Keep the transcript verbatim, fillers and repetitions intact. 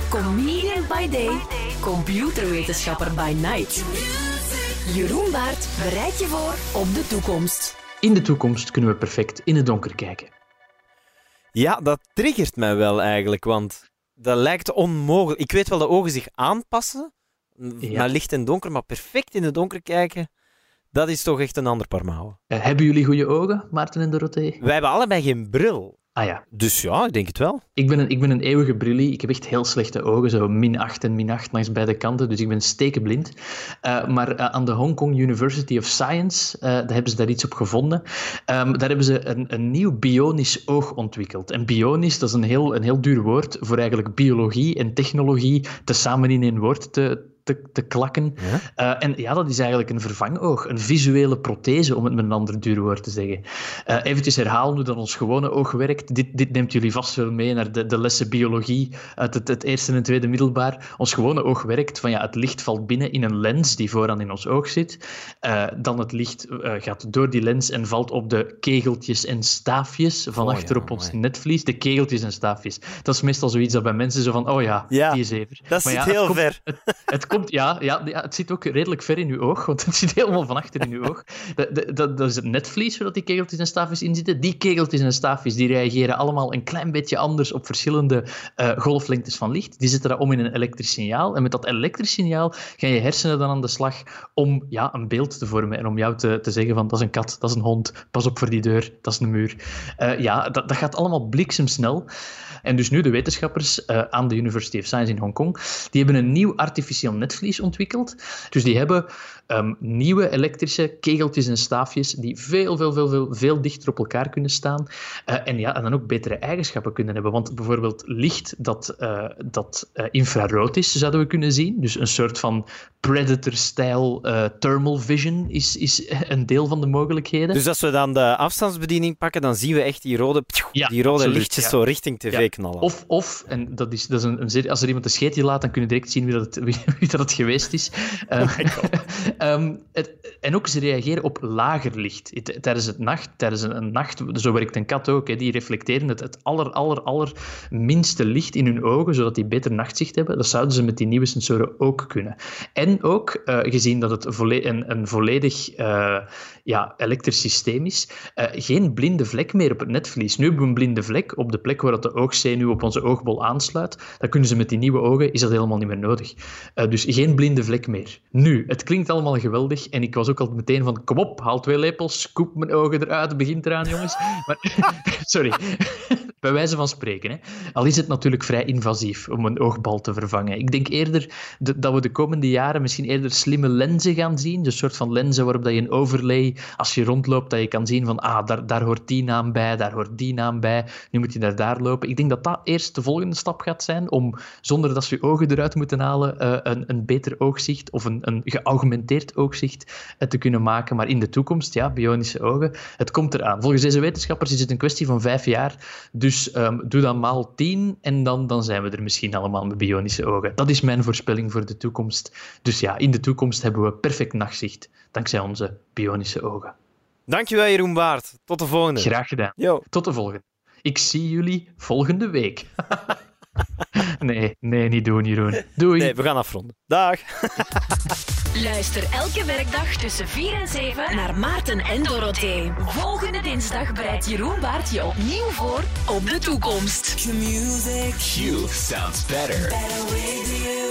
Comedian by day, computerwetenschapper by night. Jeroen Baert bereidt je voor op de toekomst. In de toekomst kunnen we perfect in het donker kijken. Ja, dat triggert mij wel eigenlijk, want dat lijkt onmogelijk. Ik weet wel dat ogen zich aanpassen Ja. naar licht en donker, maar perfect in het donker kijken, dat is toch echt een ander paar mouwen. Uh, hebben jullie goede ogen, Maarten en Dorothee? Wij hebben allebei geen bril. Ah ja. Dus ja, ik denk het wel. Ik ben een, ik ben een eeuwige brillie. Ik heb echt heel slechte ogen, zo min acht en min acht langs beide kanten, dus ik ben stekenblind. Uh, maar uh, aan de Hong Kong University of Science uh, daar hebben ze daar iets op gevonden. Um, daar hebben ze een, een nieuw bionisch oog ontwikkeld. En bionisch, dat is een heel, een heel duur woord voor eigenlijk biologie en technologie tezamen in één woord te Te, te klakken. Ja? Uh, en ja, dat is eigenlijk een vervangoog, een visuele prothese, om het met een ander duur woord te zeggen. Uh, eventjes herhalen hoe dat ons gewone oog werkt. Dit, dit neemt jullie vast wel mee naar de, de lessen biologie uit het, het eerste en tweede middelbaar. Ons gewone oog werkt van ja, het licht valt binnen in een lens die vooraan in ons oog zit. Uh, dan het licht uh, gaat door die lens en valt op de kegeltjes en staafjes van oh, achter ja, op ons netvlies. De kegeltjes en staafjes. Dat is meestal zoiets dat bij mensen zo van, oh ja, ja die is even. Dat maar zit ja, heel het ver. Komt, het, het komt Ja, ja, ja, het zit ook redelijk ver in uw oog, want het zit helemaal van achter in uw oog. Dat, dat, dat is het netvlies waar die kegeltjes en staafjes in zitten. Die kegeltjes en staafjes die reageren allemaal een klein beetje anders op verschillende uh, golflengtes van licht. Die zetten dat om in een elektrisch signaal. En met dat elektrisch signaal gaan je hersenen dan aan de slag om ja, een beeld te vormen en om jou te, te zeggen van dat is een kat, dat is een hond, pas op voor die deur, dat is een muur. Uh, ja, dat, dat gaat allemaal bliksemsnel. En dus nu de wetenschappers uh, aan de University of Science in Hongkong, die hebben een nieuw artificieel netvlies ontwikkeld. Dus die hebben um, nieuwe elektrische kegeltjes en staafjes die veel, veel, veel, veel, veel dichter op elkaar kunnen staan. Uh, en, ja, en dan ook betere eigenschappen kunnen hebben. Want bijvoorbeeld licht dat, uh, dat uh, infrarood is, zouden we kunnen zien. Dus een soort van Predator-style uh, thermal vision is, is een deel van de mogelijkheden. Dus als we dan de afstandsbediening pakken, dan zien we echt die rode, ja, die rode absoluut, lichtjes ja. zo richting tv ja. knallen. Of, of en dat is, dat is een, een serie, als er iemand een scheetje laat, dan kun je direct zien wie dat het, wie, wie dat het geweest is. Uh, um, het, en ook ze reageren op lager licht. Het, tijdens, het nacht, tijdens een, een nacht, zo werkt een kat ook, hè, die reflecteren het, het aller, aller, aller minste licht in hun ogen, zodat die beter nachtzicht hebben. Dat zouden ze met die nieuwe sensoren ook kunnen. En ook, uh, gezien dat het volle- een, een volledig uh, ja, elektrisch systeem is, uh, geen blinde vlek meer op het netvlies. Nu hebben we een blinde vlek op de plek waar dat de oogzenuw op onze oogbol aansluit. Dan kunnen ze met die nieuwe ogen, is dat helemaal niet meer nodig. Uh, dus geen blinde vlek meer. Nu, het klinkt allemaal geweldig en ik was ook al meteen van, kom op, haal twee lepels, scoop mijn ogen eruit, begint eraan, jongens. Maar, sorry. Bij wijze van spreken. Hè. Al is het natuurlijk vrij invasief om een oogbal te vervangen. Ik denk eerder de, dat we de komende jaren misschien eerder slimme lenzen gaan zien. Dus een soort van lenzen waarop dat je een overlay, als je rondloopt, dat je kan zien van ah, daar, daar hoort die naam bij, daar hoort die naam bij. Nu moet je daar, daar lopen. Ik denk dat dat eerst de volgende stap gaat zijn om, zonder dat ze je ogen eruit moeten halen, uh, een, een beter oogzicht of een, een geaugmenteerd oogzicht uh, te kunnen maken. Maar in de toekomst, ja, bionische ogen, het komt eraan. Volgens deze wetenschappers is het een kwestie van vijf jaar. Dus um, doe dan maal tien en dan, dan zijn we er misschien allemaal met bionische ogen. Dat is mijn voorspelling voor de toekomst. Dus ja, in de toekomst hebben we perfect nachtzicht, dankzij onze bionische ogen. Dankjewel, Jeroen Baert. Tot de volgende. Graag gedaan. Yo. Tot de volgende. Ik zie jullie volgende week. nee, nee, niet doen, Jeroen. Doei. Nee, we gaan afronden. Dag. Luister elke werkdag tussen vier en zeven naar Maarten en Dorothee. Volgende dinsdag bereidt Jeroen Baert je opnieuw voor op de toekomst. Q sounds better. Better with you.